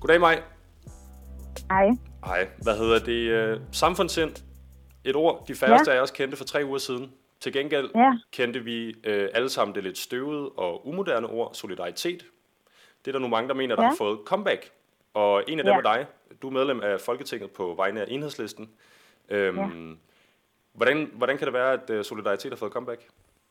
Goddag, Maj. Hej. Hej. Hvad hedder det? Samfundssind. Et ord, de færreste af os kendte for 3 uger siden. Til gengæld kendte vi alle sammen det lidt støvede og umoderne ord, solidaritet. Det er der nu mange, der mener, der har fået comeback. Og en af dem er dig. Du er medlem af Folketinget på vegne af Enhedslisten. Hvordan kan det være, at solidaritet har fået comeback?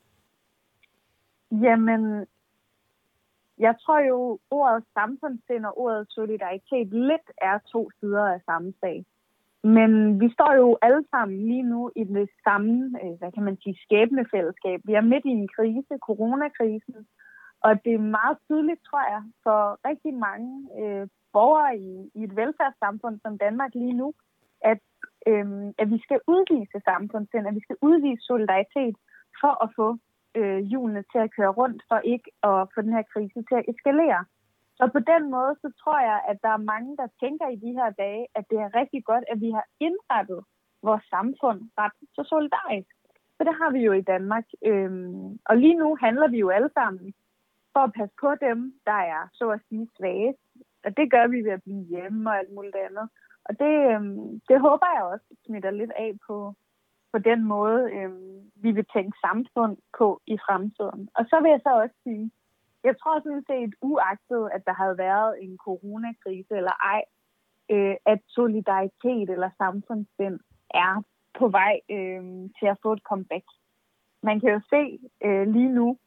Jamen, jeg tror jo, ordet samfundssind og ordet solidaritet lidt er 2 sider af samme sag. Men vi står jo alle sammen lige nu i det samme, skæbnefællesskab. Vi er midt i en krise, coronakrisen, og det er meget tydeligt, tror jeg, for rigtig mange borgere i et velfærdssamfund som Danmark lige nu, at vi skal udvise samfundssind, at vi skal udvise solidaritet for at få hjulene til at køre rundt, for ikke at få den her krise til at eskalere. Og på den måde, så tror jeg, at der er mange, der tænker i de her dage, at det er rigtig godt, at vi har indrettet vores samfund ret så solidarisk. For det har vi jo i Danmark. Og lige nu handler vi jo alle sammen for at passe på dem, der er så at sige svage. Og det gør vi ved at blive hjemme og alt muligt andet. Og det håber jeg også smitter lidt af på den måde, vi vil tænke samfund på i fremtiden. Og så vil jeg så også sige, jeg tror sådan set uagtet, at der havde været en coronakrise eller ej, at solidaritet eller samfundssind er på vej til at få et comeback. Man kan jo se lige nu,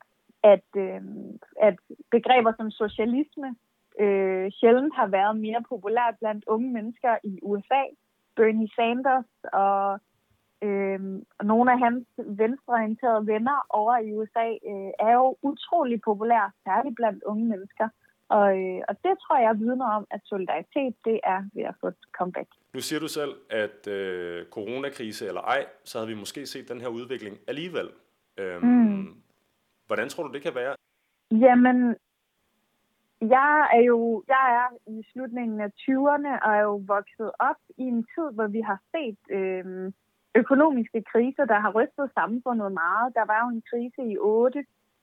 at begreber som socialisme sjældent har været mere populært blandt unge mennesker i USA. Bernie Sanders og nogle af hans venstreorienterede venner over i USA er jo utrolig populære, særligt blandt unge mennesker. Og det tror jeg vidner om, at solidaritet, det er ved at få et comeback. Nu siger du selv, at coronakrise eller ej, så havde vi måske set den her udvikling alligevel. Hvordan tror du, det kan være? Jamen, jeg er i slutningen af 20'erne og er jo vokset op i en tid, hvor vi har set økonomiske kriser, der har rystet samfundet meget. Der var jo en krise i 8,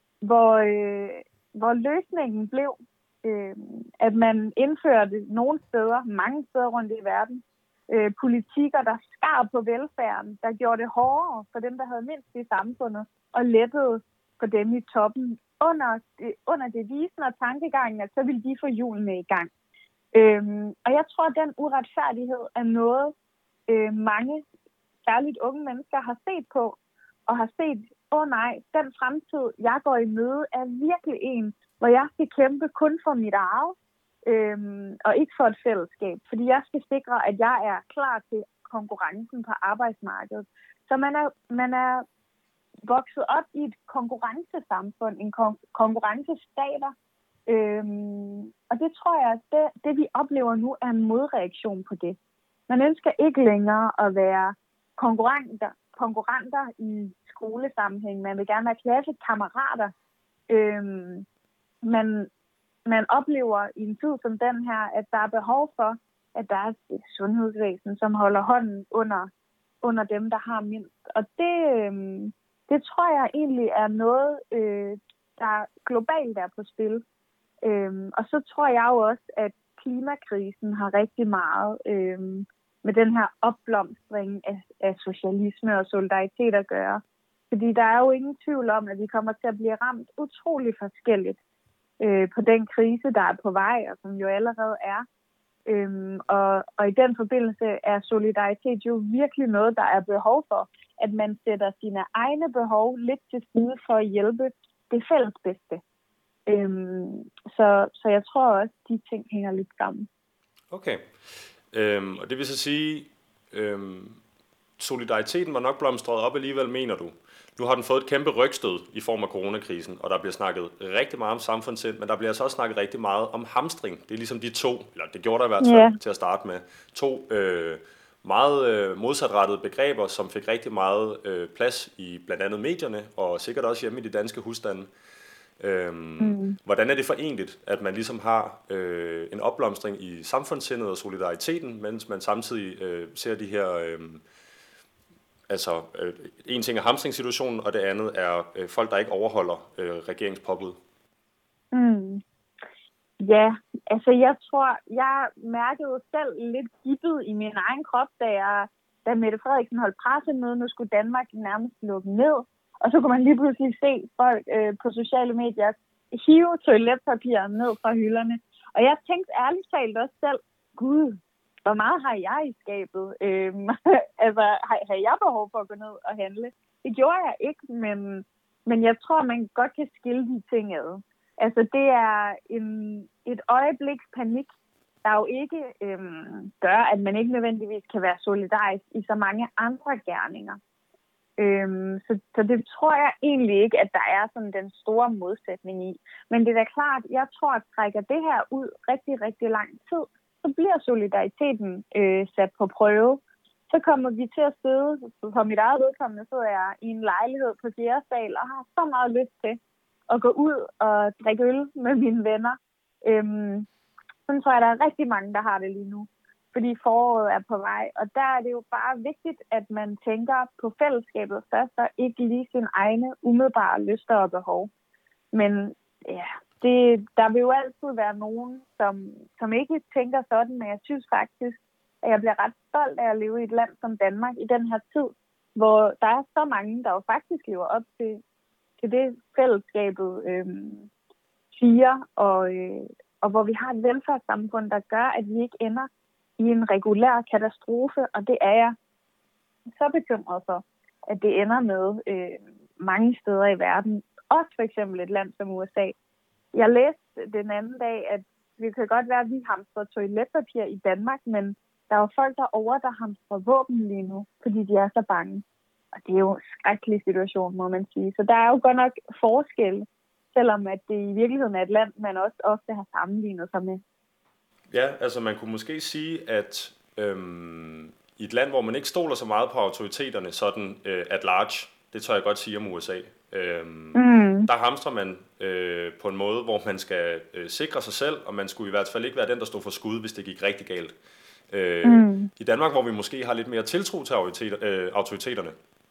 hvor løsningen blev, at man indførte nogle steder, mange steder rundt i verden, politikker, der skar på velfærden, der gjorde det hårdere for dem, der havde mindst i samfundet, og lettede for dem i toppen. Under devisen og tankegangen, at så ville de få hjulene i gang. Og jeg tror, at den uretfærdighed er noget, mange særligt unge mennesker har set på, og har set, nej, den fremtid, jeg går i møde, er virkelig en, hvor jeg skal kæmpe kun for mit eget, og ikke for et fællesskab. Fordi jeg skal sikre, at jeg er klar til konkurrencen på arbejdsmarkedet. Så man er vokset op i et konkurrencesamfund, en konkurrencestater. Og det tror jeg, at det vi oplever nu, er en modreaktion på det. Man ønsker ikke længere at være konkurrenter i skolesammenhæng. Man vil gerne være klassekammerater. Man oplever i en tid som den her, at der er behov for, at der er et sundhedsvæsen, som holder hånden under dem, der har mindst. Og det tror jeg egentlig er noget, der globalt er på spil. Og så tror jeg jo også, at klimakrisen har rigtig meget med den her opblomstring af socialisme og solidaritet at gøre. Fordi der er jo ingen tvivl om, at vi kommer til at blive ramt utrolig forskelligt på den krise, der er på vej, og som jo allerede er. Og i den forbindelse er solidaritet jo virkelig noget, der er behov for, at man sætter sine egne behov lidt til side for at hjælpe det fælles bedste. Så jeg tror også, at de ting hænger lidt sammen. Okay. Og det vil så sige, solidariteten var nok blomstret op alligevel, mener du? Nu har den fået et kæmpe rygstød i form af coronakrisen, og der bliver snakket rigtig meget om samfundssind, men der bliver altså også snakket rigtig meget om hamstring. Det er ligesom de 2, eller det gjorde der i hvert fald til at starte med, 2 meget modsatrettede begreber, som fik rigtig meget plads i blandt andet medierne, og sikkert også hjemme i de danske husstande. Hvordan er det forenligt, at man ligesom har en opblomstring i samfundssindet og solidariteten, mens man samtidig ser de her... en ting er hamstringssituationen, og det andet er folk, der ikke overholder regeringspåbud? Ja, altså jeg tror, jeg mærkede selv lidt gibbet i min egen krop, da Mette Frederiksen holdt pressemøde. Nu skulle Danmark nærmest lukke ned. Og så kunne man lige pludselig se folk på sociale medier hive toiletpapir ned fra hylderne. Og jeg tænkte ærligt talt også selv, gud, hvor meget har jeg i skabet? Altså, har jeg behov for at gå ned og handle? Det gjorde jeg ikke, men jeg tror, man godt kan skille de ting ad. Altså, det er et øjebliks panik, der jo ikke gør, at man ikke nødvendigvis kan være solidarisk i så mange andre gerninger. Så det tror jeg egentlig ikke, at der er sådan den store modsætning i. Men det er da klart, jeg tror, at trækker det her ud rigtig, rigtig lang tid, så bliver solidariteten sat på prøve. Så kommer vi til at sidde, på mit eget vedkommende, sidder jeg i en lejlighed på 4. sal og har så meget lyst til at gå ud og drikke øl med mine venner. Sådan tror jeg, der er rigtig mange, der har det lige nu. Fordi foråret er på vej. Og der er det jo bare vigtigt, at man tænker på fællesskabet først, og ikke lige sine egne umiddelbare lyster og behov. Men ja, der vil jo altid være nogen, som ikke tænker sådan, men jeg synes faktisk, at jeg bliver ret stolt af at leve i et land som Danmark i den her tid, hvor der er så mange, der jo faktisk lever op til det fællesskabet siger, og hvor vi har et velfærdssamfund, der gør, at vi ikke ender i en regulær katastrofe, og det er jeg så bekymret for, at det ender med mange steder i verden. Også for eksempel et land som USA. Jeg læste den anden dag, at det kan godt være, at vi hamstrer toiletpapir i Danmark, men der er jo folk derovre, der hamstrer våben lige nu, fordi de er så bange. Og det er jo en skrækkelig situation, må man sige. Så der er jo godt nok forskel, selvom at det i virkeligheden er et land, man også ofte har sammenlignet sig med. Ja, altså man kunne måske sige, at i et land, hvor man ikke stoler så meget på autoriteterne, sådan at large, det tør jeg godt sige om USA, der hamstrer man på en måde, hvor man skal sikre sig selv, og man skulle i hvert fald ikke være den, der stod for skud, hvis det gik rigtig galt. I Danmark, hvor vi måske har lidt mere tiltro til autoriteterne,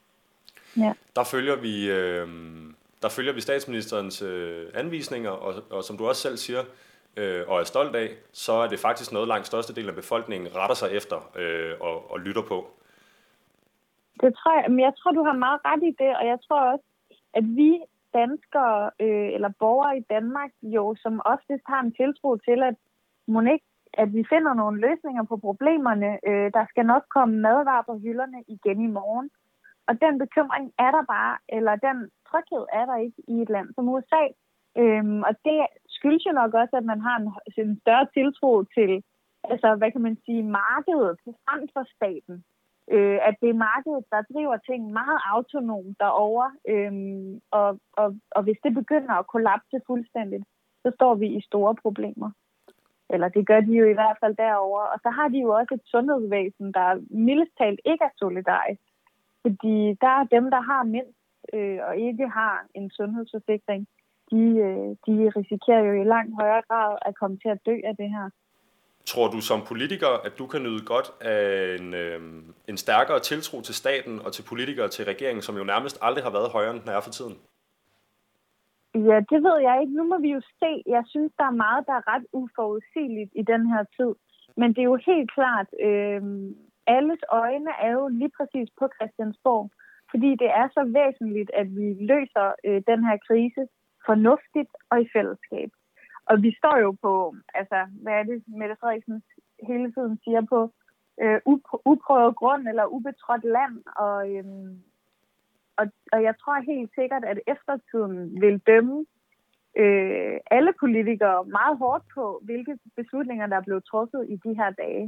der følger vi statsministerens anvisninger, og som du også selv siger, og er stolt af, så er det faktisk noget, langt størstedelen af befolkningen retter sig efter og lytter på. Det tror jeg, men jeg tror, du har meget ret i det, og jeg tror også, at vi danskere eller borgere i Danmark jo som oftest har en tiltro til, at vi finder nogle løsninger på problemerne. Der skal nok komme madvarer på hylderne igen i morgen. Og den bekymring er der bare, eller den tryghed er der ikke i et land som USA. Og det skyldes jo nok også, at man har en større tiltro til, altså hvad kan man sige, markedet frem for staten. At det er markedet, der driver ting meget autonomt derovre. Og hvis det begynder at kollapse fuldstændigt, så står vi i store problemer. Eller det gør de jo i hvert fald derovre. Og så har de jo også et sundhedsvæsen, der mildest talt ikke er solidarisk. Fordi der er dem, der har mindst og ikke har en sundhedsforsikring, de risikerer jo i langt højere grad at komme til at dø af det her. Tror du som politiker, at du kan nyde godt af en stærkere tiltro til staten og til politikere, til regeringen, som jo nærmest aldrig har været højere, end den er for tiden? Ja, det ved jeg ikke. Nu må vi jo se. Jeg synes, der er meget, der er ret uforudsigeligt i den her tid. Men det er jo helt klart, alles øjne er jo lige præcis på Christiansborg. Fordi det er så væsentligt, at vi løser den her krise fornuftigt og i fællesskab. Og vi står jo på, altså, hvad er det, Mette Frederiksen hele tiden siger, på uprøvet grund eller ubetrådt land. Og jeg tror helt sikkert, at eftertiden vil dømme alle politikere meget hårdt på, hvilke beslutninger, der er blevet truffet i de her dage.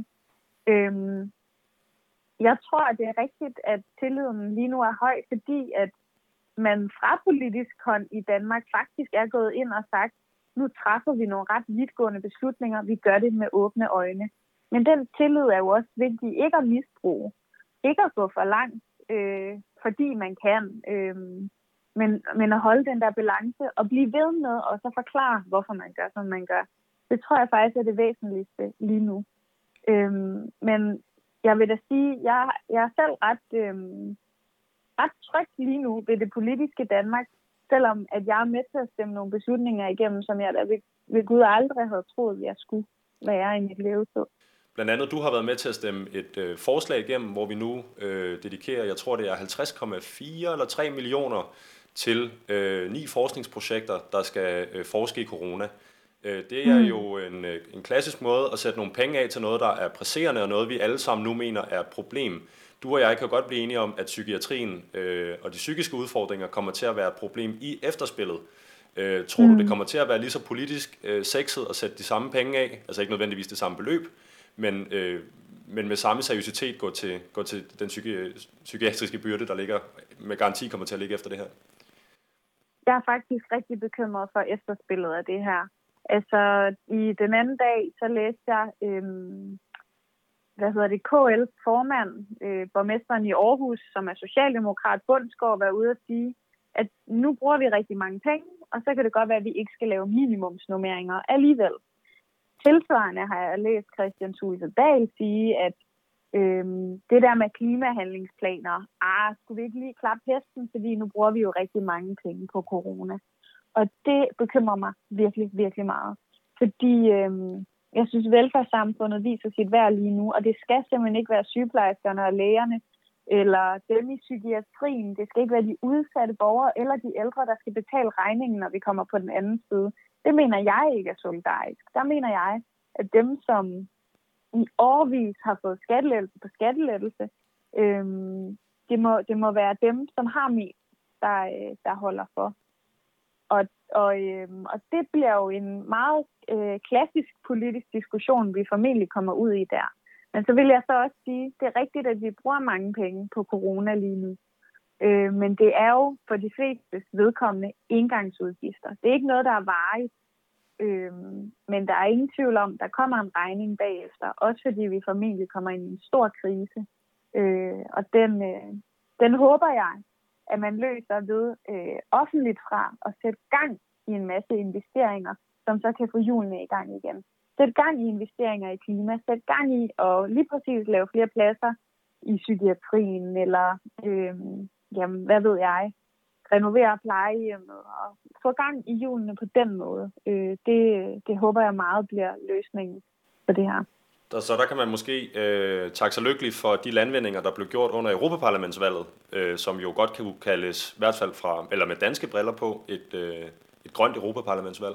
Jeg tror, at det er rigtigt, at tilliden lige nu er høj, fordi at man fra politisk hånd i Danmark faktisk er gået ind og sagt, nu træffer vi nogle ret vidtgående beslutninger, vi gør det med åbne øjne. Men den tillid er jo også vigtig ikke at misbruge, ikke at gå for langt, fordi man kan, men at holde den der balance og blive ved med og så forklare, hvorfor man gør, som man gør. Det tror jeg faktisk er det væsentligste lige nu. Men jeg vil da sige, jeg er selv ret tryg lige nu ved det politiske Danmark, selvom at jeg er med til at stemme nogle beslutninger igennem, som jeg da ved Gud aldrig havde troet, jeg skulle være i mit levetid. Blandt andet, du har været med til at stemme et forslag igennem, hvor vi nu dedikerer, jeg tror det er 50,4 eller 3 millioner til 9 forskningsprojekter, der skal forske i corona. Det er jo en klassisk måde at sætte nogle penge af til noget, der er presserende, og noget, vi alle sammen nu mener er et problem. Du og jeg kan godt blive enige om, at psykiatrien og de psykiske udfordringer kommer til at være et problem i efterspillet. Tror du, det kommer til at være lige så politisk sexet at sætte de samme penge af, altså ikke nødvendigvis det samme beløb, men med samme seriøsitet gå til den psykiatriske byrde, der ligger med garanti kommer til at ligge efter det her? Jeg er faktisk rigtig bekymret for efterspillet af det her. Altså, i den anden dag, så læste jeg, KL's formand, borgmesteren i Aarhus, som er socialdemokrat, Bundsgaard, var ude at sige, at nu bruger vi rigtig mange penge, og så kan det godt være, at vi ikke skal lave minimumsnormeringer alligevel. Tilsvarende har jeg læst Kristian Thulesen Dahl sige, at det der med klimahandlingsplaner, skulle vi ikke lige klappe hesten, fordi nu bruger vi jo rigtig mange penge på corona. Og det bekymrer mig virkelig, virkelig meget. Fordi jeg synes, velfærdssamfundet viser sit værd lige nu, og det skal simpelthen ikke være sygeplejerskerne og lægerne, eller dem i psykiatrien. Det skal ikke være de udsatte borgere eller de ældre, der skal betale regningen, når vi kommer på den anden side. Det mener jeg ikke er solidarisk. Der mener jeg, at dem, som i årevis har fået skattelettelse på skattelettelse, det må være dem, som har mest, der holder for. Og det bliver jo en meget klassisk politisk diskussion, vi formentlig kommer ud i der. Men så vil jeg så også sige, at det er rigtigt, at vi bruger mange penge på corona lige nu. Men det er jo for de fleste vedkommende engangsudgifter. Det er ikke noget, der er varigt. Men der er ingen tvivl om, der kommer en regning bagefter. Også fordi vi formentlig kommer ind i en stor krise. Og den håber jeg, at man løser ved offentligt fra at sætte gang i en masse investeringer, som så kan få hjulene i gang igen. Sæt gang i investeringer i klima, sæt gang i at lige præcis lave flere pladser i psykiatrien, eller hvad ved jeg, renovere plejehjemmet og få gang i hjulene på den måde. Det håber jeg meget bliver løsningen på det her. Så der kan man måske takke sig lykkelig for de landvindinger, der blev gjort under Europaparlamentsvalget, som jo godt kan kaldes, i hvert fald eller med danske briller på, et grønt Europaparlamentsvalg.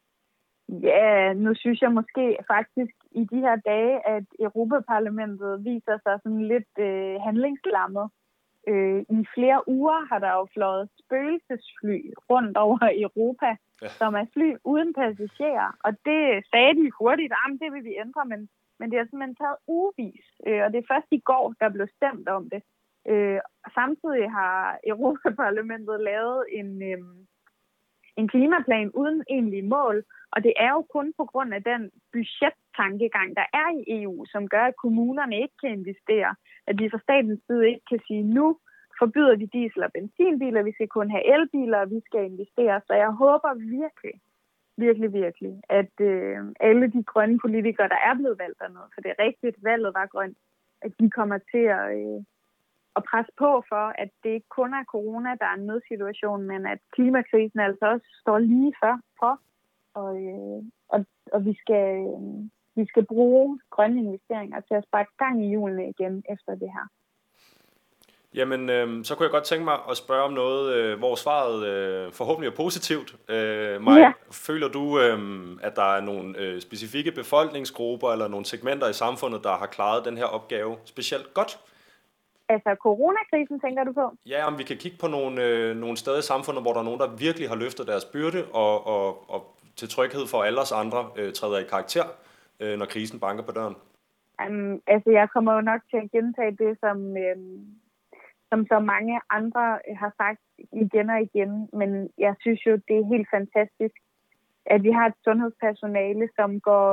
Ja, nu synes jeg måske faktisk i de her dage, at Europaparlamentet viser sig sådan lidt handlingslammet. I flere uger har der jo fløjet spøgelsesfly rundt over Europa, som er fly uden passagerer. Og det sagde de hurtigt, det vil vi ændre, men det har simpelthen taget ugevis. Og det er først i går, der blev stemt om det. Samtidig har Europaparlamentet lavet en klimaplan uden egentlige mål. Og det er jo kun på grund af den budgettankegang, der er i EU, som gør, at kommunerne ikke kan investere. At vi fra statens side ikke kan sige, nu forbyder vi diesel- og benzinbiler, vi skal kun have elbiler, og vi skal investere. Så jeg håber virkelig, at alle de grønne politikere, der er blevet valgt dernede, for det er rigtigt, valget var grønt, at de kommer til at presse på for, at det ikke kun er corona, der er en nødsituation, men at klimakrisen altså også står lige for. Og vi skal bruge grønne investeringer til at sparke gang i hjulene igen efter det her. Jamen, så kunne jeg godt tænke mig at spørge om noget, hvor svaret forhåbentlig er positivt. Maj, føler du, at der er nogle specifikke befolkningsgrupper eller nogle segmenter i samfundet, der har klaret den her opgave specielt godt? Altså coronakrisen, tænker du på? Ja, om vi kan kigge på nogle steder i samfundet, hvor der er nogen, der virkelig har løftet deres byrde og til tryghed for alle os andre træder i karakter, når krisen banker på døren? Altså, jeg kommer jo nok til at gentage det, som så mange andre har sagt igen og igen, men jeg synes jo, det er helt fantastisk, at vi har et sundhedspersonale, som går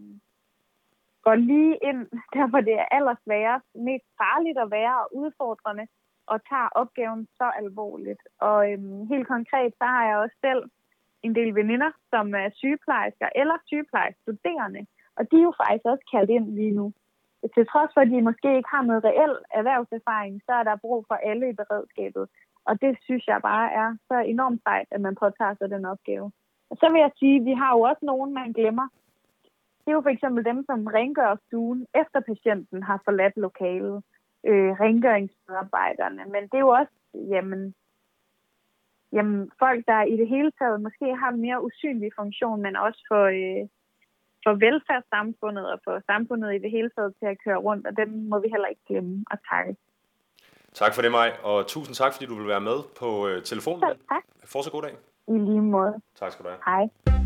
lige ind, der hvor det er allersværest, mest farligt at være og udfordrende, og tager opgaven så alvorligt. Og helt konkret, så har jeg også selv en del veninder, som er sygeplejersker eller sygeplejestuderende, og de er jo faktisk også kaldt ind lige nu. til trods for, at de måske ikke har noget reel erhvervserfaring, så er der brug for alle i beredskabet. Og det synes jeg bare er så enormt sejt, at man påtager sig den opgave. Og så vil jeg sige, at vi har jo også nogen, man glemmer. Det er jo for eksempel dem, som rengør stuen, efter patienten har forladt lokalet. Rengøringsmedarbejderne. Men det er jo også, folk, der i det hele taget måske har en mere usynlig funktion, men også for velfærdssamfundet og for samfundet i det hele taget til at køre rundt, og dem må vi heller ikke glemme at takke. Tak for det, Maj, og tusind tak, fordi du vil være med på telefonen. Tak. Fortsat god dag. I lige måde. Tak skal du have. Hej.